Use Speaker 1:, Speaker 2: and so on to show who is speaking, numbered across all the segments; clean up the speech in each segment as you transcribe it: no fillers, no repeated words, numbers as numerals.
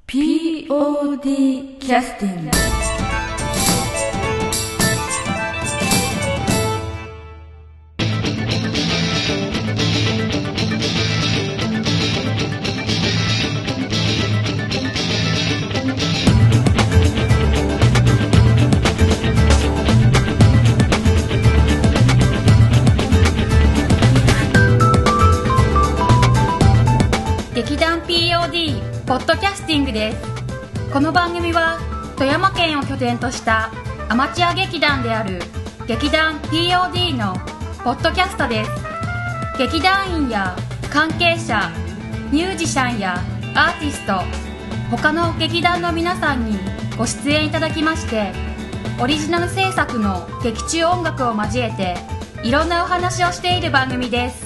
Speaker 1: POD キャスティング。
Speaker 2: 劇団 POD ポッドキャスティングです。この番組は富山県を拠点としたアマチュア劇団である劇団 POD のポッドキャストです。劇団員や関係者、ミュージシャンやアーティスト、他の劇団の皆さんにご出演いただきまして、オリジナル制作の劇中音楽を交えていろんなお話をしている番組です。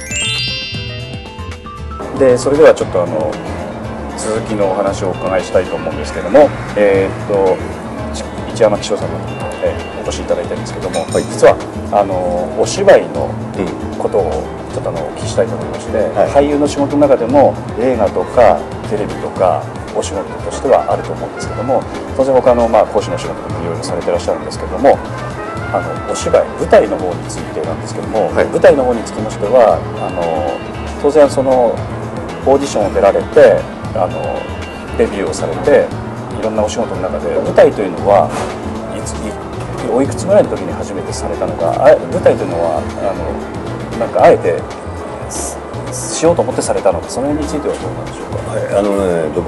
Speaker 3: でそれではちょっと続きのお話をお伺いしたいと思うんですけども、市山紀章さんに、お越しいただいたんですけども、はい、実はお芝居のことをちょっとお聞きしたいと思いまして、はい、俳優の仕事の中でも映画とかテレビとかお仕事としてはあると思うんですけども、当然他の講師の仕事もいろいろされてらっしゃるんですけども、お芝居舞台の方についてなんですけども、はい、舞台の方につきましては当然そのオーディションを出られてデビューをされていろんなお仕事の中で舞台というのはおいくつぐらいの時に初めてされたのか、舞台というのはなんかあえてしようと思ってされたのか、その辺についてはどうなんでしょうか。
Speaker 4: はい、僕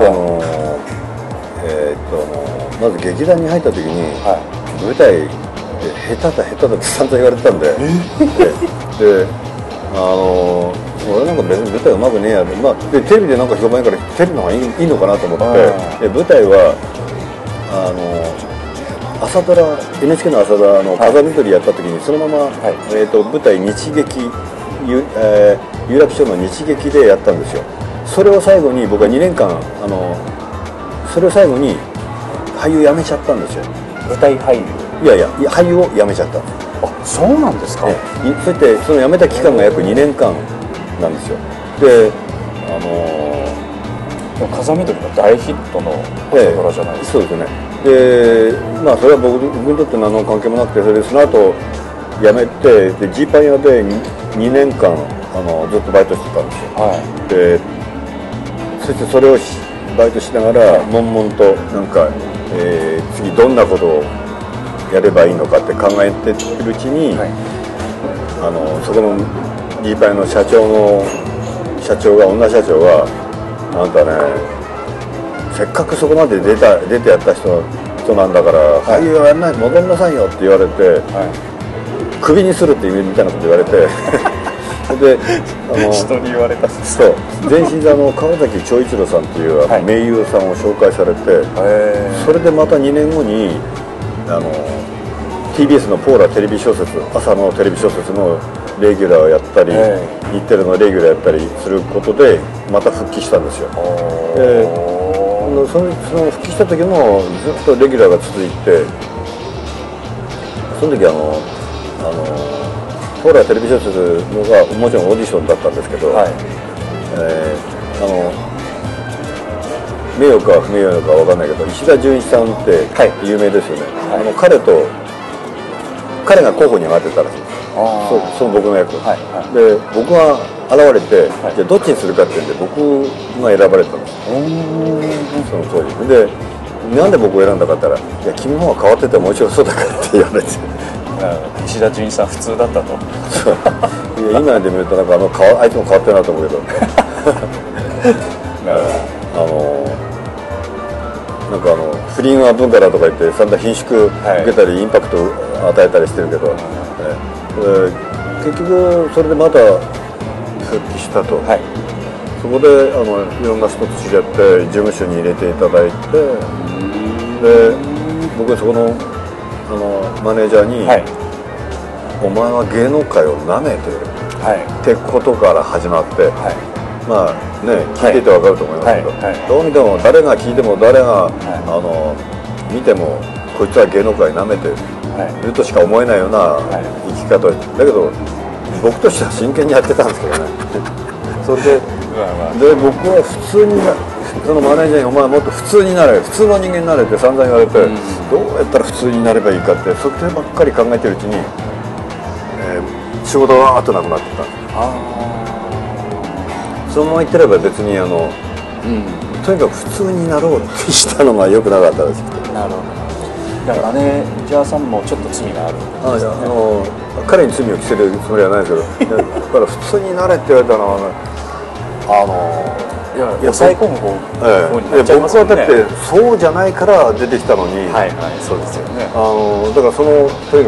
Speaker 4: まず劇団に入った時に、はい、舞台下手だって散々言われてたんで、で俺なんか別に舞台うまくねえやで、でテレビでなんか評判いいからテレビの方がいいのかなと思って、舞台は朝ドラ NHK の朝ドラの風見鶏やった時にそのまま、はい、舞台日劇有楽町の日劇でやったんですよ。それを最後に僕は2年間それを最後に俳優辞めちゃったんですよ。
Speaker 3: 舞台俳優？
Speaker 4: いや俳優を辞めちゃったんです。
Speaker 3: あ、そうなんですか。
Speaker 4: そしてその辞めた期間が約2年間なんですよ。で
Speaker 3: 風見鶏が大ヒットの朝ドラじゃないですか。
Speaker 4: そうですね。でそれは僕にとって何の関係もなくて、それでその後辞めてでジーパン屋で2年間ずっとバイトしてたんですよ。はい、でそしてそれをバイトしながら悶々となんか、次どんなことをやればいいのかって考えてるうちに、はい、そこのジーパンの社長が女社長があんたね、せっかくそこまで出てやった人なんだから、はい、俳優はやんない戻んなさいよって言われて、はい、クビにするってみたいなこと言われてで
Speaker 3: 人に言われたんです。
Speaker 4: そう前身で川崎長一郎さんっていう、はい、名優さんを紹介されて、それでまた2年後にTBS のポーラテレビ小説、朝のテレビ小説のレギュラーをやったり、日テレのレギュラーやったりすることでまた復帰したんですよ。その復帰した時もずっとレギュラーが続いて、その時ポーラテレビ小説のがもちろんオーディションだったんですけど、はい、名誉か不名誉かは分かんないけど石田純一さんって有名ですよね。はい、彼が候補に上がってたらしいです。その僕の役、はいはい、で僕が現れて、はい、じゃあどっちにするかって言うんで僕が選ばれたんです。その当時でなんで僕を選んだかって言ったら、いや君の方が変わってて面白そうだからって言われて
Speaker 3: 石田純一さん普通だったと
Speaker 4: いや今で見るとなんかあいつも変わってるなと思うけどなんか不倫は文化だとか言って散々顰蹙受けたり、はい、インパクトを与えたりしてるけど、結局それでまた復帰したと、はい、そこでいろんな人と知り合って事務所に入れていただいて、で僕はそこのマネージャーに、はい、お前は芸能界をなめてる、はい、ってことから始まって、はい、聞いていて分かると思いますけど、はいはい、どう見ても誰が聞いても誰が、はい、見てもこいつは芸能界なめてるとしか思えないような生き方を、だけど僕としては真剣にやってたんですけどねそれで、僕は普通そのマネージャーに「お前もっと普通になれ、普通の人間になれ」って散々言われて、どうやったら普通になればいいかってそればっかり考えてるうちに、仕事がわーっとなくなってた。そのまま言ってれば別にとにかく普通になろうってしたのが良くなかったらしくて。
Speaker 3: なるほど。だからマネージャーさんもちょっと罪があるんですね。
Speaker 4: 彼に罪を着せるつもりはないですけど、だから普通になれって言われたのは
Speaker 3: 抑え込む方になっちゃいますよね。
Speaker 4: 僕はだってそうじゃないから出てきたのに、
Speaker 3: はいはい、そうですよね。
Speaker 4: だからとにかく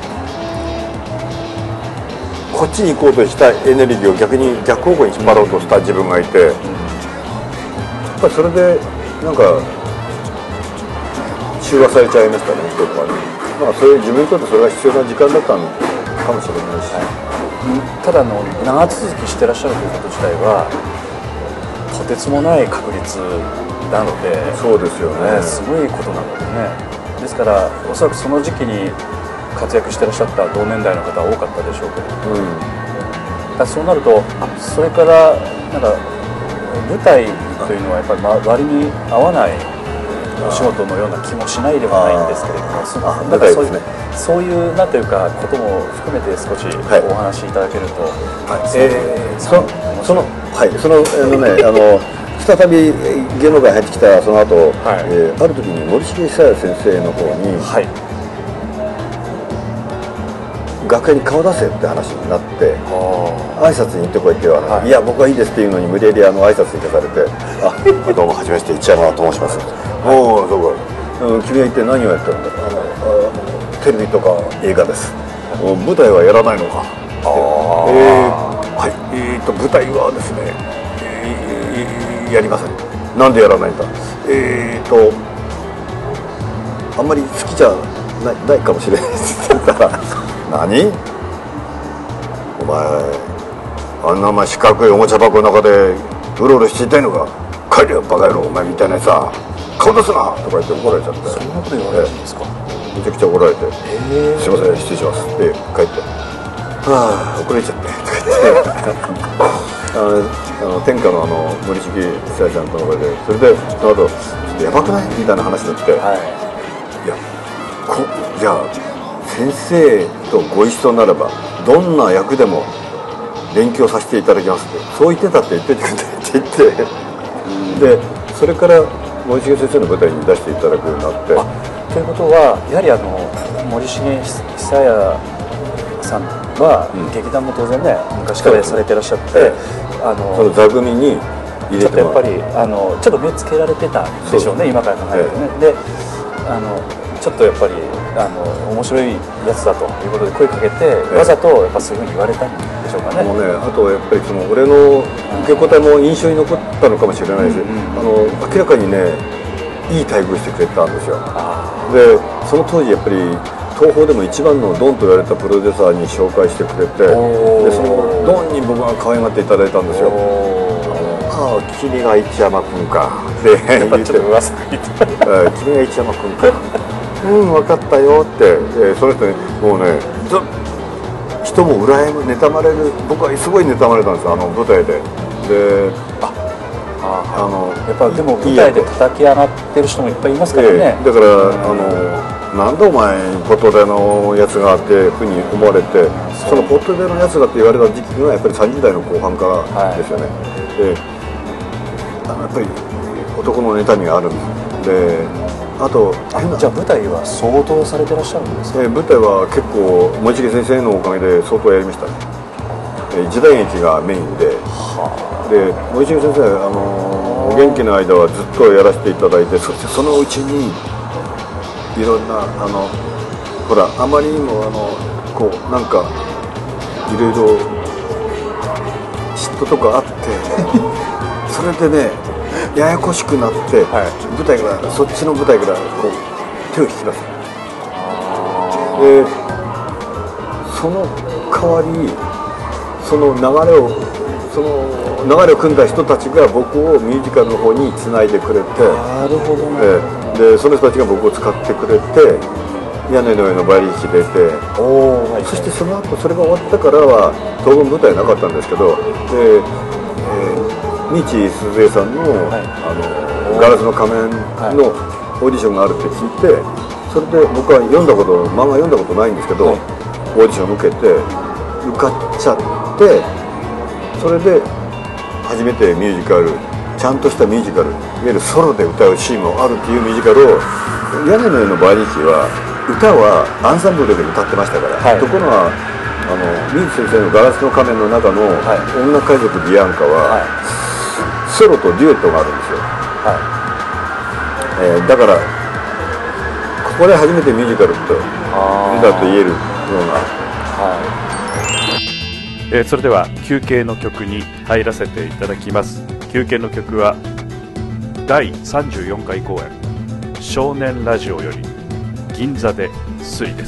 Speaker 4: こっちに行こうとしたエネルギーを逆方向に引っ張ろうとした自分がいて、やっぱりそれでなんか中和されちゃいましたね、どこかに。そういう自分にとってそれが必要な時間だったのかもしれないし、
Speaker 3: ただ長続きしてらっしゃるということ自体はとてつもない確率なので、
Speaker 4: そうですよね、
Speaker 3: すごいことなのでね。ですからおそらくその時期に活躍してらっしゃった同年代の方は多かったでしょうけど、そうなるとそれからなんか舞台というのはやっぱり割に合わないお仕事のような気もしないではないんですけれども、なんかそういうなんというかことも含めて少しお話しいただけると。
Speaker 4: 再び芸能界に入ってきたその後、ある時に森重久彌先生の方に、楽屋に顔出せって話になって挨拶に行ってこいって言わない、いや僕はいいですっていうのに無理やり挨拶に行かされて「どうもはじめまして市山と申します」「おおそうか、君は一体何をやってるんだ」「テレビとか映画です」「舞台はやらないのか」はい、舞台はですねやりません。なんでやらないんだ。あんまり好きじゃないかもしれないって言ったら何お前あんな四角いおもちゃ箱の中でうろうろしていたいのか、帰れよバカ野郎お前みたいなさ、顔出すなとか言って怒られちゃって。
Speaker 3: そんなこと言われるんですか。
Speaker 4: めちゃくちゃ怒られて、すいません失礼しますって帰って、はあ怒られちゃってとか言って天下の森重久彌さんとの声で、それでその後ちょっとやばくないみたいな話になって、いやじゃあ先生とご一緒ならばどんな役でも勉強させていただきますって、そう言ってたって言っててくれって言って、でそれから森重先生の舞台に出していただくようになって。
Speaker 3: ということはやはり森重久彌さんは劇団も当然ね昔からされてらっしゃって、
Speaker 4: その座組に入れて
Speaker 3: やっぱりちょっと目つけられてたんでしょうね、今から考えるとね。でちょっとやっぱり面白いやつだということで声かけて、わざとやっぱそういうふうに言われたんでしょうかね。
Speaker 4: あとやっぱり俺の受け答えも印象に残ったのかもしれないし、明らかにねいい待遇してくれたんですよ。でその当時やっぱり東宝でも一番のドンと言われたプロデューサーに紹介してくれて、でそのドンに僕が可愛がっていただいたんですよ。ああ君が市山君かって言って、
Speaker 3: 噂がいた
Speaker 4: 君が市山君か分かったよって、その人にもうね人も羨む妬まれる、僕はすごい妬まれたんですよ舞台で。で
Speaker 3: やっぱでも舞台で叩き上がってる人もいっぱいいますからね。
Speaker 4: だからなんでお前ポットでのやつがっていうふうに思われて、そのポットでのやつがって言われた時期がやっぱり30代の後半からですよね。でやっぱり男の妬みがあるんです。であと
Speaker 3: じゃあ舞台は相当されてらっしゃるんですか。
Speaker 4: 舞台は結構森重先生のおかげで相当やりましたね。時代劇がメインで、森重先生お元気な間はずっとやらせていただいて、そしてそのうちにいろんなほらあまりにもこうなんかいろいろ嫉妬とかあってそれでねややこしくなって、舞台からそっちの舞台からこう手を引き出す。でその代わりその流れを組んだ人たちが僕をミュージカルの方につないでくれて、
Speaker 3: なるほどね。
Speaker 4: でその人たちが僕を使ってくれて屋根の上のバリー出て、そしてその後それが終わったからは当分舞台なかったんですけど、で道すずえさんの、ガラスの仮面のオーディションがあるって聞いて、それで僕は漫画読んだことないんですけど、オーディションを受けて受かっちゃって、それで初めてミュージカル、ちゃんとしたミュージカル、いわゆるソロで歌うシーンもあるっていうミュージカルを、屋根の上の毎日は歌はアンサンブルで歌ってましたから、ところが水木先生のガラスの仮面の中の女海賊ビアンカは、ソロとデュエットがあるんですよ。だからここで初めてミュージカルとだと言えるような。
Speaker 3: それでは休憩の曲に入らせていただきます。休憩の曲は第34回公演少年ラジオより銀座でスリです。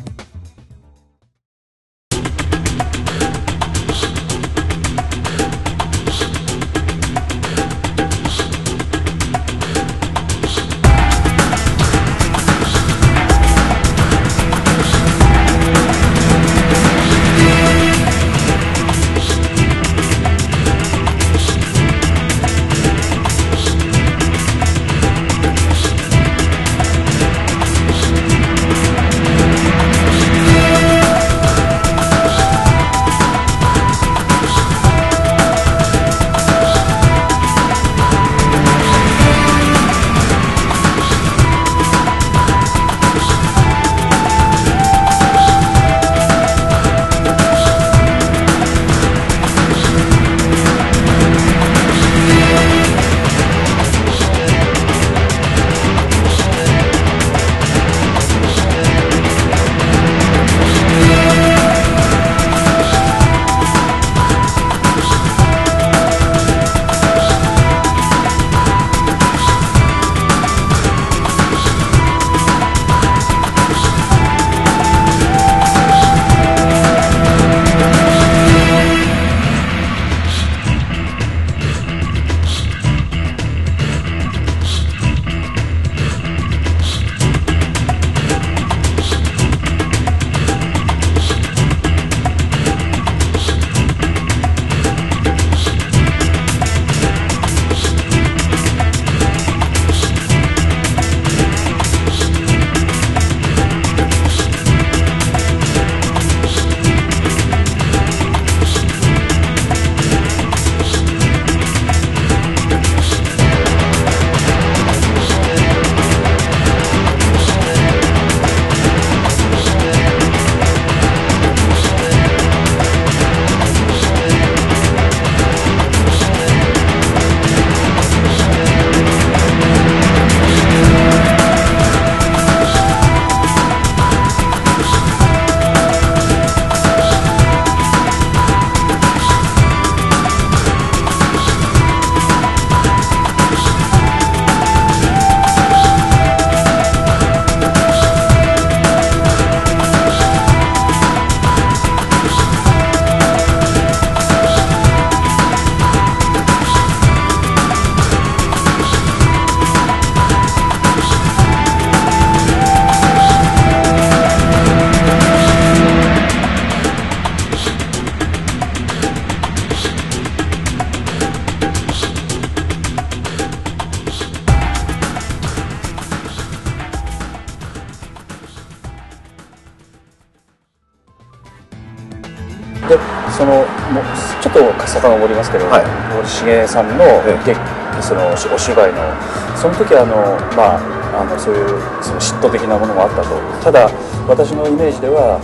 Speaker 5: でもうちょっと遡りますけど、森重さんのそのお芝居のその時はそういうその嫉妬的なものもあったと。ただ私のイメージでは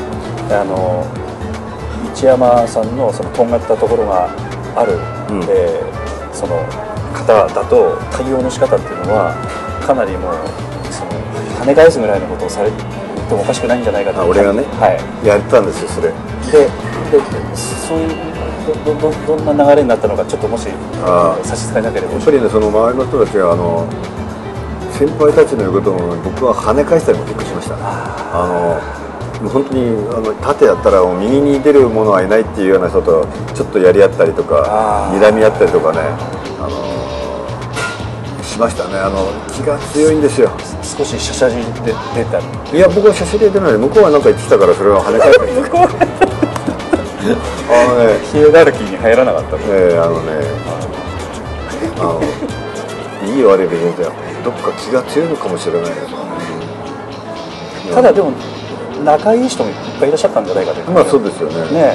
Speaker 5: 市山さんのそのとんがったところがある、その方だと対応の仕方っていうのはかなりもうその跳ね返すぐらいのことをされてもおかしくないんじゃないかと。
Speaker 4: 俺がね、やったんですよそれ
Speaker 5: でそういうどんな流れになったのかちょっともし差し支えなければ。
Speaker 4: やっぱりね、その周りの人たちが先輩たちの言うことも僕は跳ね返したりもびっくりしました。本当に縦やったら右に出る者はいないっていうような人とちょっとやり合ったりとか睨み合ったりとかね、しましたね。気が強いんですよ。
Speaker 5: 少しシャシャリで出た。
Speaker 4: いや僕はシャシャリで出ない。向こうは何か言ってきたからそれを跳ね返して向こう
Speaker 5: ヒエラルキーに入らなかった。
Speaker 4: いい悪いで言うとどっか気が強いのかもしれないですよね。
Speaker 5: ただでも仲いい人もいっぱいいらっしゃったんじゃないかというか、
Speaker 4: まあそうですよね。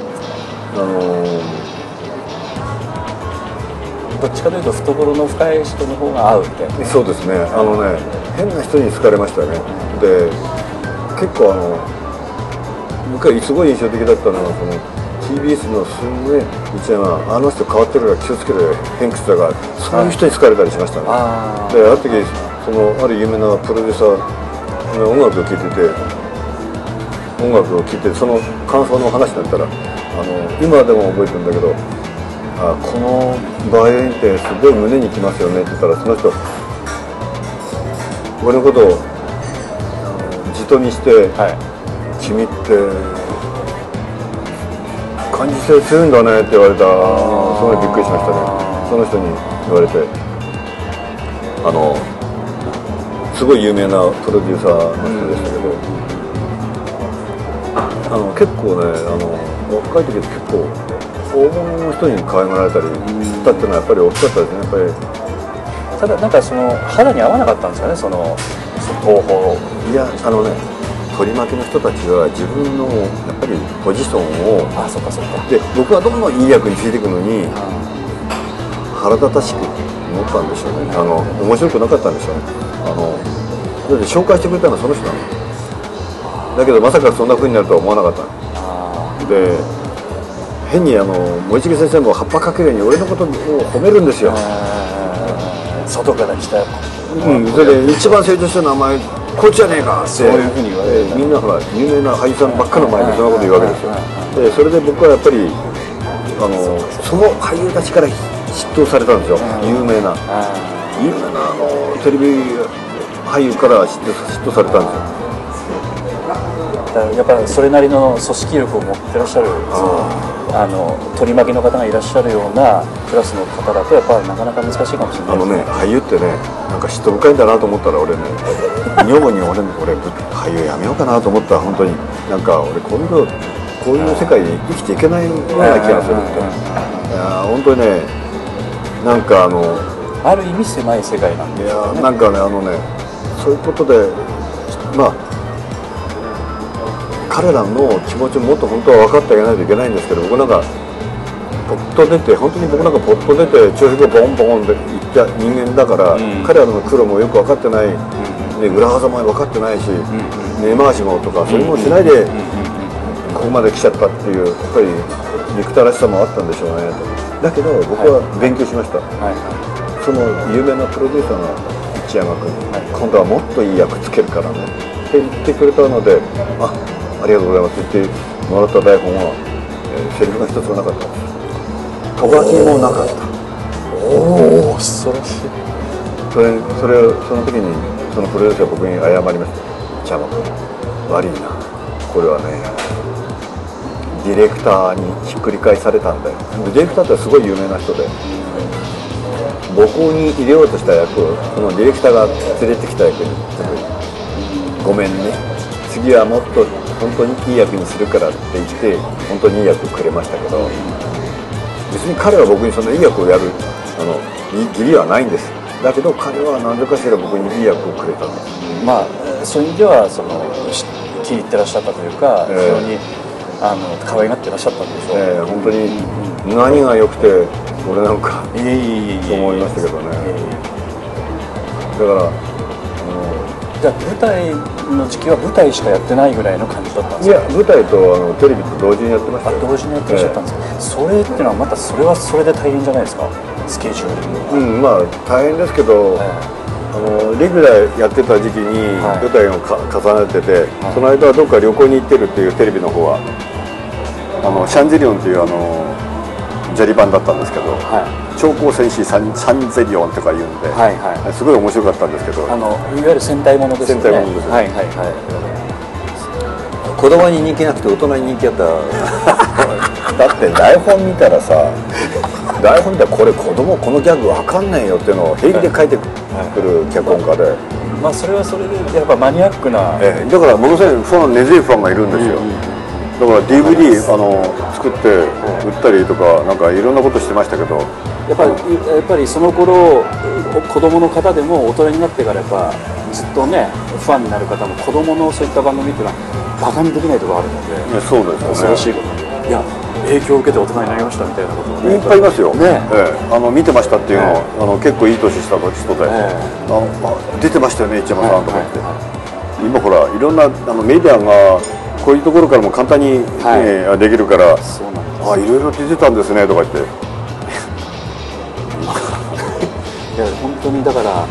Speaker 5: どっちかというと懐の深い人の方が合うみたいな。
Speaker 4: そうですね。変な人に好かれましたね。で結構僕はすごい印象的だったのはその TBS のすごい一山あの人変わってるから気をつけて偏屈だがそういう人に好かれたりしましたね。である時ある有名なプロデューサーの音楽を聴いてその感想の話になったら今でも覚えてるんだけどこのバイオリンってすごい胸にきますよねって言ったらその人俺のことをじとにして、君って感受性強いんだねって言われた。すごいびっくりしましたね。その人に言われてすごい有名なプロデューサーの人でしたけど、結構ね若い時結構大物の人に可愛がられたりしたっていうのはやっぱり大きかったですね。やっぱり
Speaker 5: ただなんか肌に合わなかったんですかね、その東宝。
Speaker 4: いや取り巻きの人たちは自分のやっぱりポジションを
Speaker 5: そうか
Speaker 4: で僕はどんどんいい役についていくのに腹立たしく思ったんでしょうね。面白くなかったんでしょうね。だって紹介してくれたのはその人なのだけどまさかそんな風になるとは思わなかったので変に森重先生も葉っぱかけるように俺のことを褒めるんですよ。
Speaker 5: 外から来た
Speaker 4: それで一番成長した名前こっちじゃねえかって
Speaker 5: そういうふうに言われて
Speaker 4: みんなほら有名な俳優さんばっかの前でそんなこと言うわけですよ。でそれで僕はやっぱりその俳優たちから嫉妬されたんですよ。有名なテレビ俳優から嫉妬されたんですよ。
Speaker 5: やっぱりそれなりの組織力を持ってらっしゃる取り巻きの方がいらっしゃるようなクラスの方だとやっぱりなかなか難しいかもしれないですね。
Speaker 4: 俳優ってねなんか嫉妬深いんだなと思ったら俺ね女房に俺俳優やめようかなと思ったら本当になんか俺こういう世界に生きていけないような気がするって。いや本当にねなんか
Speaker 5: ある意味狭い世界なんですよね。
Speaker 4: いやなんかねそういうことで彼らの気持ちをもっと本当は分かってあげないといけないんですけど僕なんかポッと出て本当に僕なんかポッと出て朝食をボンボンでいった人間だから、彼らの苦労もよく分かってない、裏技も分かってないし、根回しもとかそれもしないでここまで来ちゃったっていうやっぱり憎たらしさもあったんでしょうねと。だけど僕は勉強しました。その有名なプロデューサーの一山君、今度はもっといい役つけるからねって言ってくれたのでありがとうございますって言ってもらった台本は、セリフが一つもなかったです。とがきもなかった。
Speaker 5: おお素晴らしい。
Speaker 4: その時にそのプロデューサーは僕に謝りました。一山君悪いなこれはねディレクターにひっくり返されたんだよ。ディレクターってすごい有名な人で母校に入れようとした役をそのディレクターが連れてきた役にごめんね次はもっと本当にいい役にするからって言って本当にいい役をくれましたけど別に彼は僕にそのいい役をやる義理はないんです。だけど彼は何故かしら僕にいい役をくれたんです。
Speaker 5: そういう意味では気に入ってらっしゃったというか、非常に可愛がってらっしゃったんでしょう。
Speaker 4: 本当に何が良くて俺なんかと思いましたけどね。だから
Speaker 5: じゃあ舞台の時期は舞台しかやってないぐらいの感じだったんですか？
Speaker 4: いや舞台とテレビと同時にやってました。
Speaker 5: 同時にやってらっしゃったんですか？それっていうのはまたそれはそれで大変じゃないですか？スケジュールは。
Speaker 4: 大変ですけど、レギュラーやってた時期に舞台を重ねてて、その間はどっか旅行に行ってるっていうテレビの方はシャンゼリオンっていうジャリ版だったんですけど、超高戦士シャンゼリオンとか言うんで、すごい面白かったんですけど、いわ
Speaker 5: ゆる戦隊ものですよね。
Speaker 4: 戦隊ものですね。子供に人気なくて大人に人気あっただって台本見たらさ台本でこれ子供このギャグわかんないよっていうのを平気で書いてくる脚本家で、
Speaker 5: それはそれでやっぱマニアックな、
Speaker 4: だからものすごいファン根強いファンがいるんですよ。 から DVD 作って売ったりとかなんかいろんなことしてましたけど、
Speaker 5: やっぱりその頃子供の方でも大人になってからやっぱずっとねファンになる方も子供のそういった番組っていうのはバカにできないところあるので、
Speaker 4: いやそうですよね、
Speaker 5: 恐ろしいことに、いや影響を受けて大人になりましたみたいなことを、ね、
Speaker 4: いっぱいいますよ、
Speaker 5: ね
Speaker 4: 見てましたっていうのを、結構いい年した人で、出てましたよね市山さんとか言って、今ほらいろんなメディアがこういうところからも簡単に、できるから、
Speaker 5: そうなんです、
Speaker 4: いろいろ出てたんですねとか言って
Speaker 5: いや本当にだから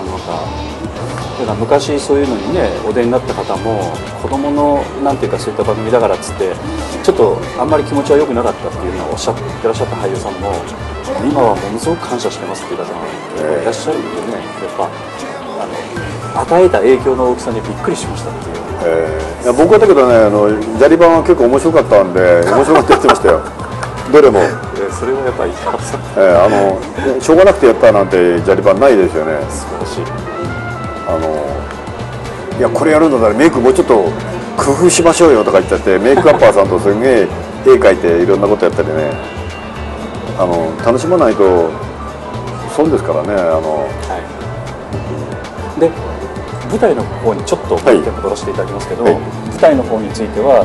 Speaker 5: 昔そういうのにねお出になった方も子供のなんていうかそういった番組だからっつってちょっとあんまり気持ちは良くなかったっていうのをおっしゃってらっしゃった俳優さんも今はものすごく感謝してますっていう方がいらっしゃるんでね、やっぱ与えた影響の大きさにびっくりしましたっていう、
Speaker 4: いや僕はだけどねジャリバンは結構面白かったんで面白がってやってましたよどれも、
Speaker 5: それはやっぱり
Speaker 4: しょうがなくてやったなんてジャリバンないですよね。
Speaker 5: 素晴らしい。
Speaker 4: いやこれやるんだったらメイクもうちょっと工夫しましょうよとか言っちゃってメイクアッパーさんとすんげえ絵描いていろんなことやったりね、楽しまないと損ですからね。
Speaker 5: で舞台の方にちょっと戻らせていただきますけど、舞台の方については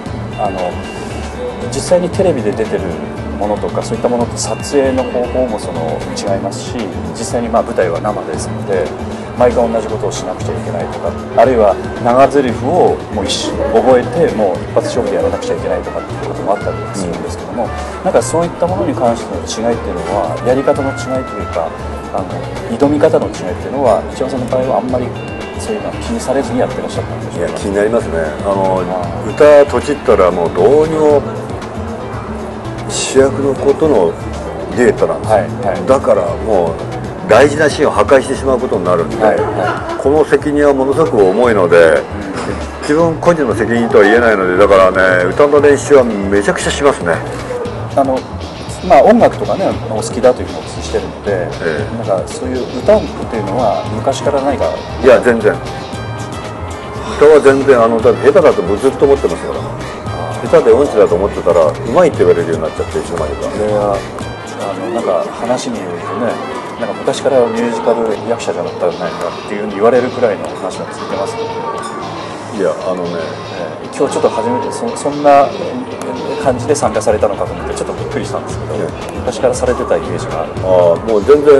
Speaker 5: 実際にテレビで出てるものとかそういったものと撮影の方法も違いますし、実際に舞台は生ですので毎回同じことをしなくちゃいけないとか、あるいは長台詞をもう覚えてもう一発勝負でやらなくちゃいけないとかっていうこともあったりするんですけども、なんかそういったものに関しての違いっていうのはやり方の違いというか挑み方の違いっていうのは市山さんの場合はあんまりそういうのは気にされずにやってらっしゃったんでしょうか。
Speaker 4: いや気になりますね。歌とちったらもうどうにも主役のことのデータなんですよ、だからもう大事なシーンを破壊してしまうことになるんで、この責任はものすごく重いので自分個人の責任とは言えないので、だからね歌の練習はめちゃくちゃしますね。
Speaker 5: 音楽とかねお好きだというのをお聞きしてるので、なんかそういう歌っていうのは昔から何か。
Speaker 4: いや全然歌は全然だって下手だとずっと思ってますから、下手で音痴だと思ってたらうまいって言われるようになっちゃっていつの間にか。
Speaker 5: これはなんか話によるとね、なんか昔からミュージカル役者じゃなかったんじゃないかっていうふうに言われるくらいの話がついてますので、
Speaker 4: いや
Speaker 5: 今日ちょっと初めてそんな感じで参加されたのかと思ってちょっとびっくりしたんですけど、昔からされてたイメージがある。
Speaker 4: もう全然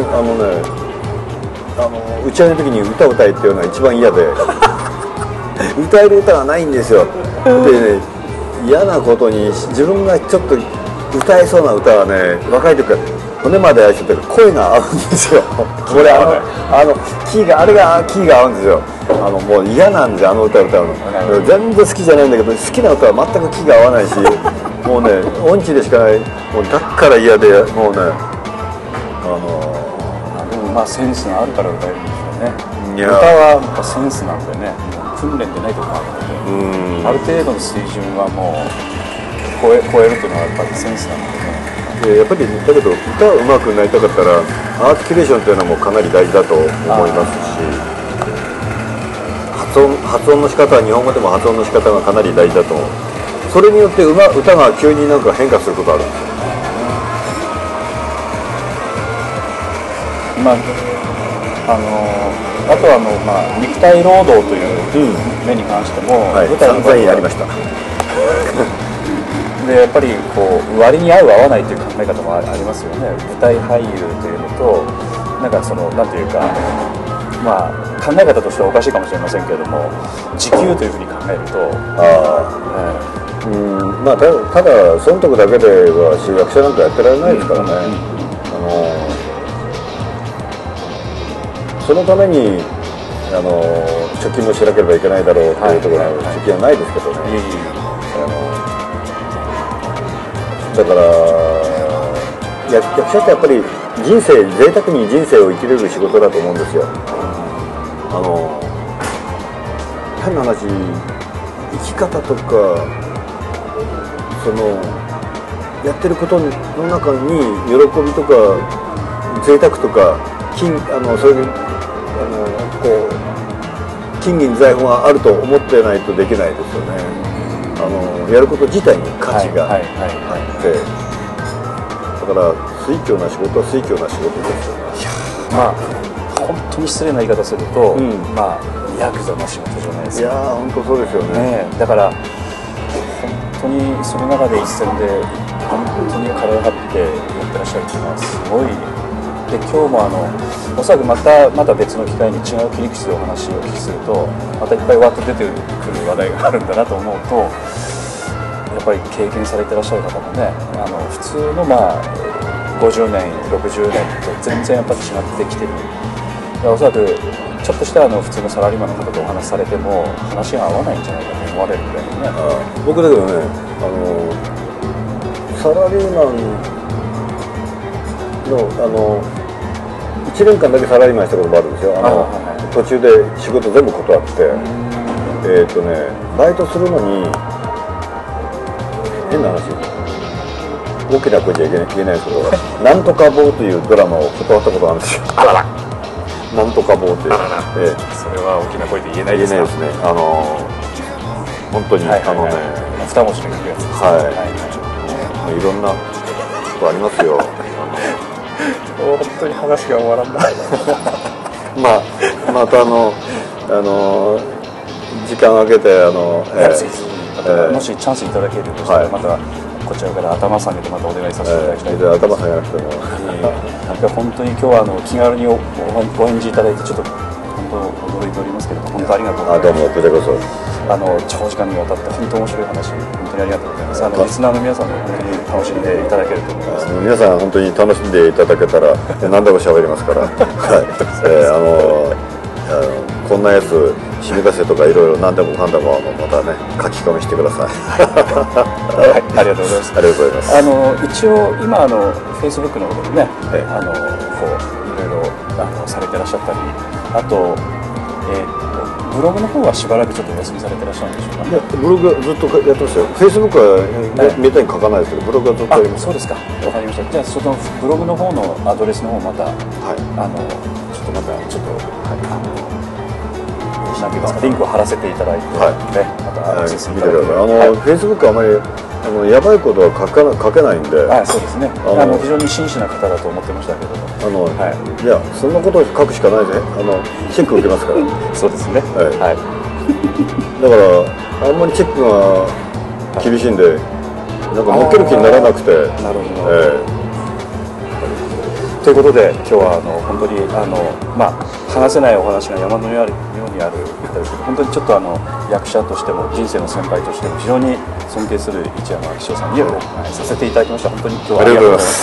Speaker 4: 打ち上げの時に歌を歌えっていうのが一番嫌で歌える歌がないんですよ。でね嫌なことに自分がちょっと歌えそうな歌はね若い時から骨まで愛してて声が合うんですよ。これキーが合うんですよ。もう嫌なんですよ歌を歌うの。全然好きじゃないんだけど好きな歌は全くキーが合わないしもうね音痴でしかない。もうだから嫌でもうね
Speaker 5: でもセンスがあるから歌えるんでしょうね。歌はやっぱセンスなんでね、訓練でないところがあるので、ある程度の水準はもう超えるというのはやっぱりセンスなのでね。
Speaker 4: やっぱりだけど歌が上手くなりたかったらアーティキュレーションというのもかなり大事だと思いますし、発音の仕方は日本語でも発音の仕方がかなり大事だと思う。それによって歌が急になんか変化することあるんですよ。
Speaker 5: あとは肉体労働という面に関しても、
Speaker 4: 舞台の場合やりました
Speaker 5: でやっぱり割に合う合わないという考え方もありますよね。舞台俳優というのとなんかなんていうか考え方としてはおかしいかもしれませんけれども時給というふうに考えると
Speaker 4: ただ損得だけでは役者なんかやってられないですからね。そのために貯金もしなければいけないだろうというところの貯金はないですけどね。だから役者ってやっぱり贅沢に人生を生きれる仕事だと思うんですよ。変な話生き方とかやってることの中に喜びとか贅沢とかそういう金銀財宝があると思ってないとできないですよね。 やること自体に価値があって、だから水教な仕事は水教な仕事ですよね。
Speaker 5: まあ本当に失礼な言い方すると、まあヤクザの仕事じゃないですか。
Speaker 4: いやー本当そうですよね。
Speaker 5: だから本当にその中で一線で本当に体を張ってやってらっしゃるっていうのはすごい。で今日もおそらくまた別の機会に違う切り口でお話をお聞きするとまたいっぱいわっと出てくる話題があるんだなと思うとやっぱり経験されてらっしゃる方もね普通の50年60年と全然やっぱり違ってきてる。おそらくちょっとした普通のサラリーマンの方とお話しされても話が合わないんじゃないかと思われるぐらいにね。
Speaker 4: 僕だけどねサラリーマンの1年間だけサラリーマンしたこともあるんですよ。途中で仕事全部断ってバイトするのに変な話大きな声じゃ言えないですけど「なんとか坊」というドラマを断ったことがあるんですよ。
Speaker 5: あらら
Speaker 4: なんとか坊という、
Speaker 5: それは大きな声で言えないですか。
Speaker 4: 言えないですね。本当に
Speaker 5: 2文字のやつですね。
Speaker 4: いろんなことありますよ。
Speaker 5: 本当に話が終わらない。
Speaker 4: また時間を空けて
Speaker 5: もしチャンスいただけるとしたらまたこちらから頭下げてまたお願いさせていただきたい。
Speaker 4: 頭下げなくても
Speaker 5: なんか本当に今日は気軽にお返事いただいてちょっと本当驚いておりますけれども本当ありがとうございます。
Speaker 4: どうもこちらこそ
Speaker 5: 長時間にわたって本当面白い話本当にありがとうございます。リスナーの皆さんも本当に楽しんでいただけると思います。
Speaker 4: 皆さん本当に楽しんでいただけたら何でも喋りますからこんなやつ締め出せとかいろいろ何でもかんでもまたね書き込みしてください。
Speaker 5: はい、ありがとうございます。
Speaker 4: ありがとうございます。
Speaker 5: 一応今Facebook の方でもねこういろいろされてらっしゃったりあとブログの方はしばらくちょっとお休みされてらっしゃるんでしょうか。
Speaker 4: いやブログはずっとやってますよ。Facebook はめったに書かないですけどブログはずっとやります。
Speaker 5: そうですか。わかりました。じゃあそのブログの方のアドレスの方またリンクを貼らせていただいてまたアクセスいただいて。
Speaker 4: Facebook はあまりやばいことは書けないんで。
Speaker 5: そうですね。非常に真摯な方だと思ってましたけども。
Speaker 4: いやそんなことを書くしかないでチェック受けますから。
Speaker 5: そうですね。
Speaker 4: だからあんまりチェックが厳しいんでなんか乗っける気にならなくて。
Speaker 5: なるほど。ということで今日は本当に話せないお話が山のようにある方ですけど本当にちょっと役者としても人生の先輩としても非常に尊敬する一山紀章さんにさせていただきました。本当に今日はありがとうございま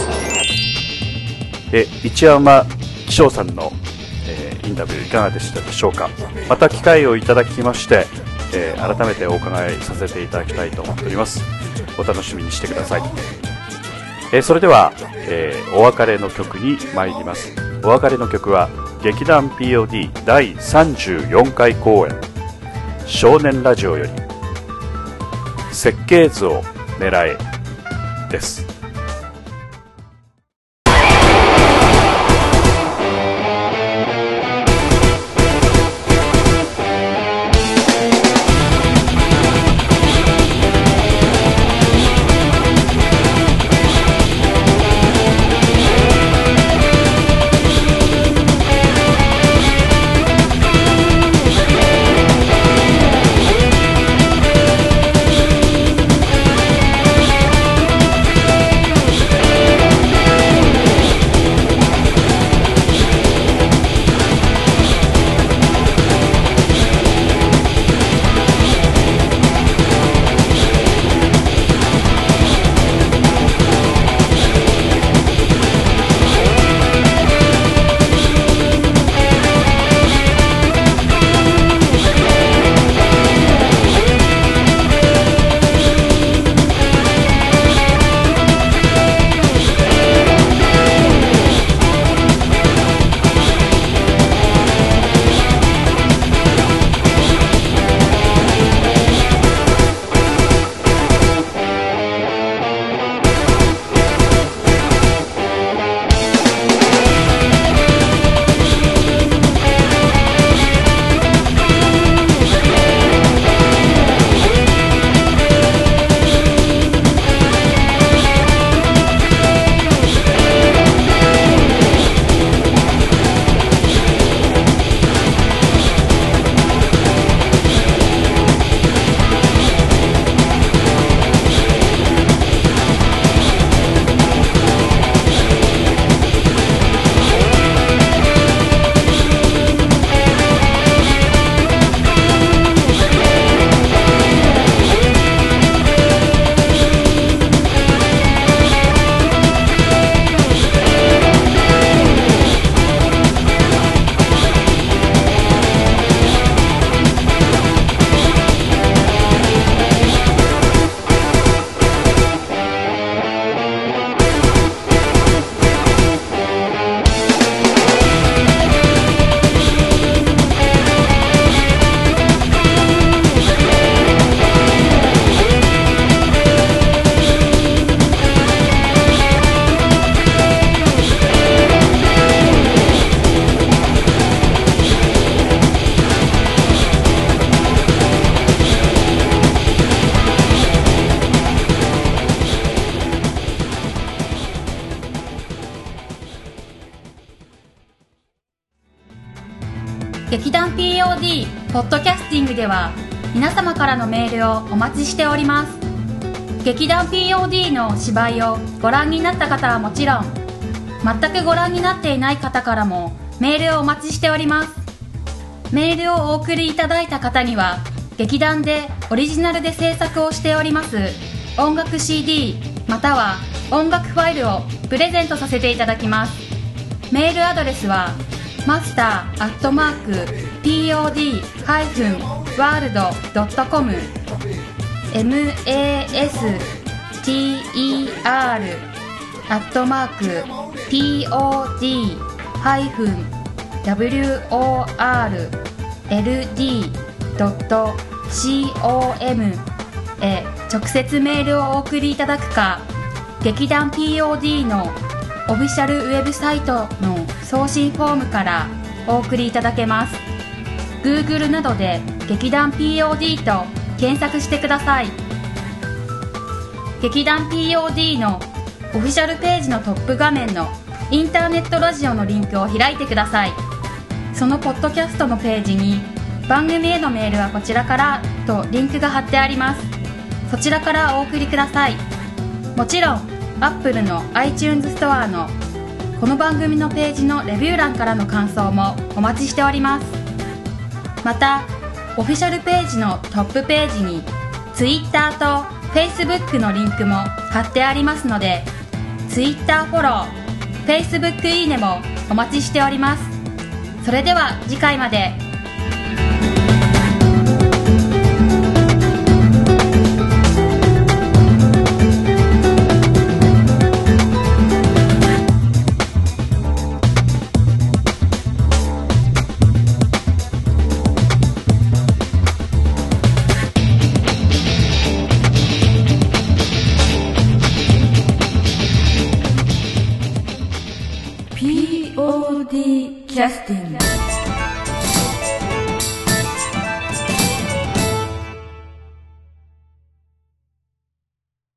Speaker 5: した。一山紀章さんの、インタビューいかがでしたでしょうか。また機会をいただきまして、改めてお伺いさせていただきたいと思っております。お楽しみにしてください。それでは、お別れの曲に参ります。お別れの曲は劇団 POD 第34回公演少年ラジオより設計図を狙えです。
Speaker 2: 劇団 POD ポッドキャスティングでは皆様からのメールをお待ちしております。劇団 POD の芝居をご覧になった方はもちろん、全くご覧になっていない方からもメールをお待ちしております。メールをお送りいただいた方には劇団でオリジナルで制作をしております音楽 CD または音楽ファイルをプレゼントさせていただきます。メールアドレスはmaster@pod-world.com master@pod-world.com へ直接メールをお送りいただくか、劇団 POD のオフィシャルウェブサイトの送信フォームからお送りいただけます。 Google などで劇団 POD と検索してください。劇団 POD のオフィシャルページのトップ画面のインターネットラジオのリンクを開いてください。そのポッドキャストのページに番組へのメールはこちらからとリンクが貼ってあります。そちらからお送りください。もちろん Apple の iTunes ストアのこの番組のページのレビュー欄からの感想もお待ちしております。またオフィシャルページのトップページに Twitter と Facebook のリンクも貼ってありますので、 Twitter フォロー、 Facebook いいねもお待ちしております。それでは次回まで。
Speaker 1: POD キャスティング。